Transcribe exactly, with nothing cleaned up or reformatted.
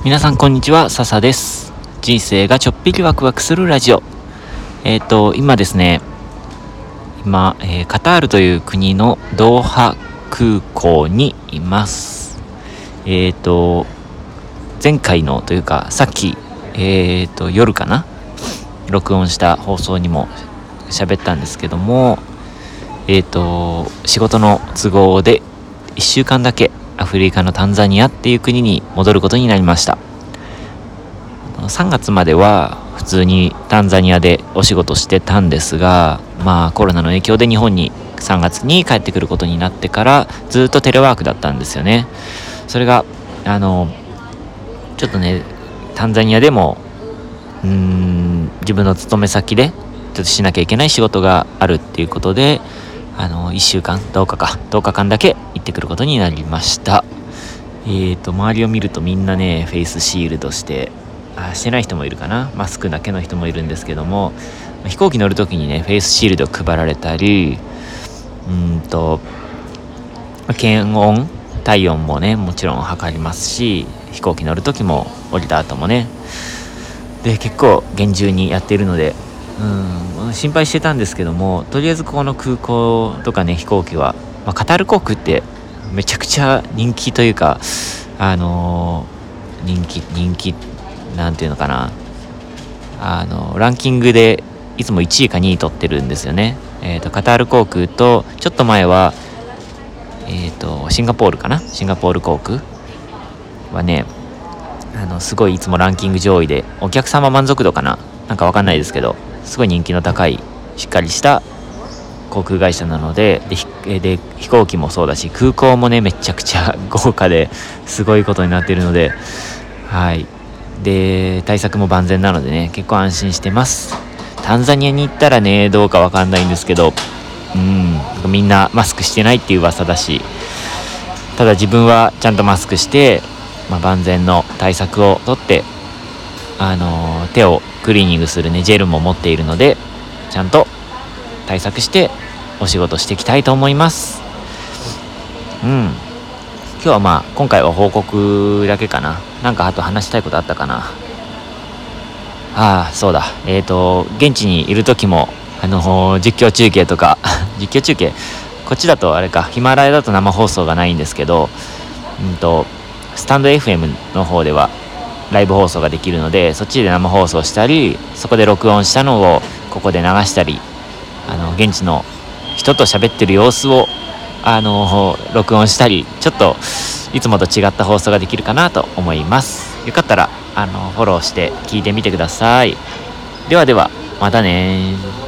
皆さんこんにちは、笹です。人生がちょっぴりワクワクするラジオ。えっ、と今ですね今、えーカタールという国のドーハ空港にいます。えっ、と前回のというかさっきえっ、と夜かな録音した放送にも喋ったんですけども、えっ、と仕事の都合でいっしゅうかんだけアフリカのタンザニアっていう国に戻ることになりました。さんがつまでは普通にタンザニアでお仕事してたんですが、まあコロナの影響で日本にさんがつに帰ってくることになってからずっとテレワークだったんですよね。それがあのちょっとねタンザニアでもうーん自分の勤め先でちょっとしなきゃいけない仕事があるっていうことで、あのいっしゅうかんどうかかどうかかんだけ行ってくることになりました。えーと周りを見るとみんなねフェイスシールドしてあしてない人もいるかな、マスクだけの人もいるんですけども、飛行機乗るときにねフェイスシールド配られたり、うーんと検温体温もねもちろん測りますし、飛行機乗るときも降りた後もねで結構厳重にやっているので、うん心配してたんですけども、とりあえずここの空港とかね飛行機は、まあ、カタール航空ってめちゃくちゃ人気というか、あのー、人気人気なんていうのかな、あのランキングでいつもいちいかにい取ってるんですよね。えーとカタール航空とちょっと前はえーとシンガポールかなシンガポール航空はね、あのすごいいつもランキング上位で、お客様満足度かななんかわかんないですけど、すごい人気の高いしっかりした航空会社なので、で、ひで飛行機もそうだし空港もねめちゃくちゃ豪華ですごいことになっているので、はいで対策も万全なのでね結構安心してます。タンザニアに行ったらねどうかわかんないんですけど、うんみんなマスクしてないっていう噂だし、ただ自分はちゃんとマスクして、まあ、万全の対策をとって、あのー手をクリーニングするねジェルも持っているので、ちゃんと対策してお仕事していきたいと思います。うん今日はまあ今回は報告だけかな。なんかあと話したいことあったかな。ああそうだ、えーと現地にいる時もあのー実況中継とか実況中継こっちだとあれか、ヒマラヤだと生放送がないんですけど、うんとスタンド エフエム の方ではライブ放送ができるので、そっちで生放送したり、そこで録音したのをここで流したり、あの現地の人と喋ってる様子をあの録音したり、ちょっといつもと違った放送ができるかなと思います。よかったらあのフォローして聞いてみてください。ではではまたね。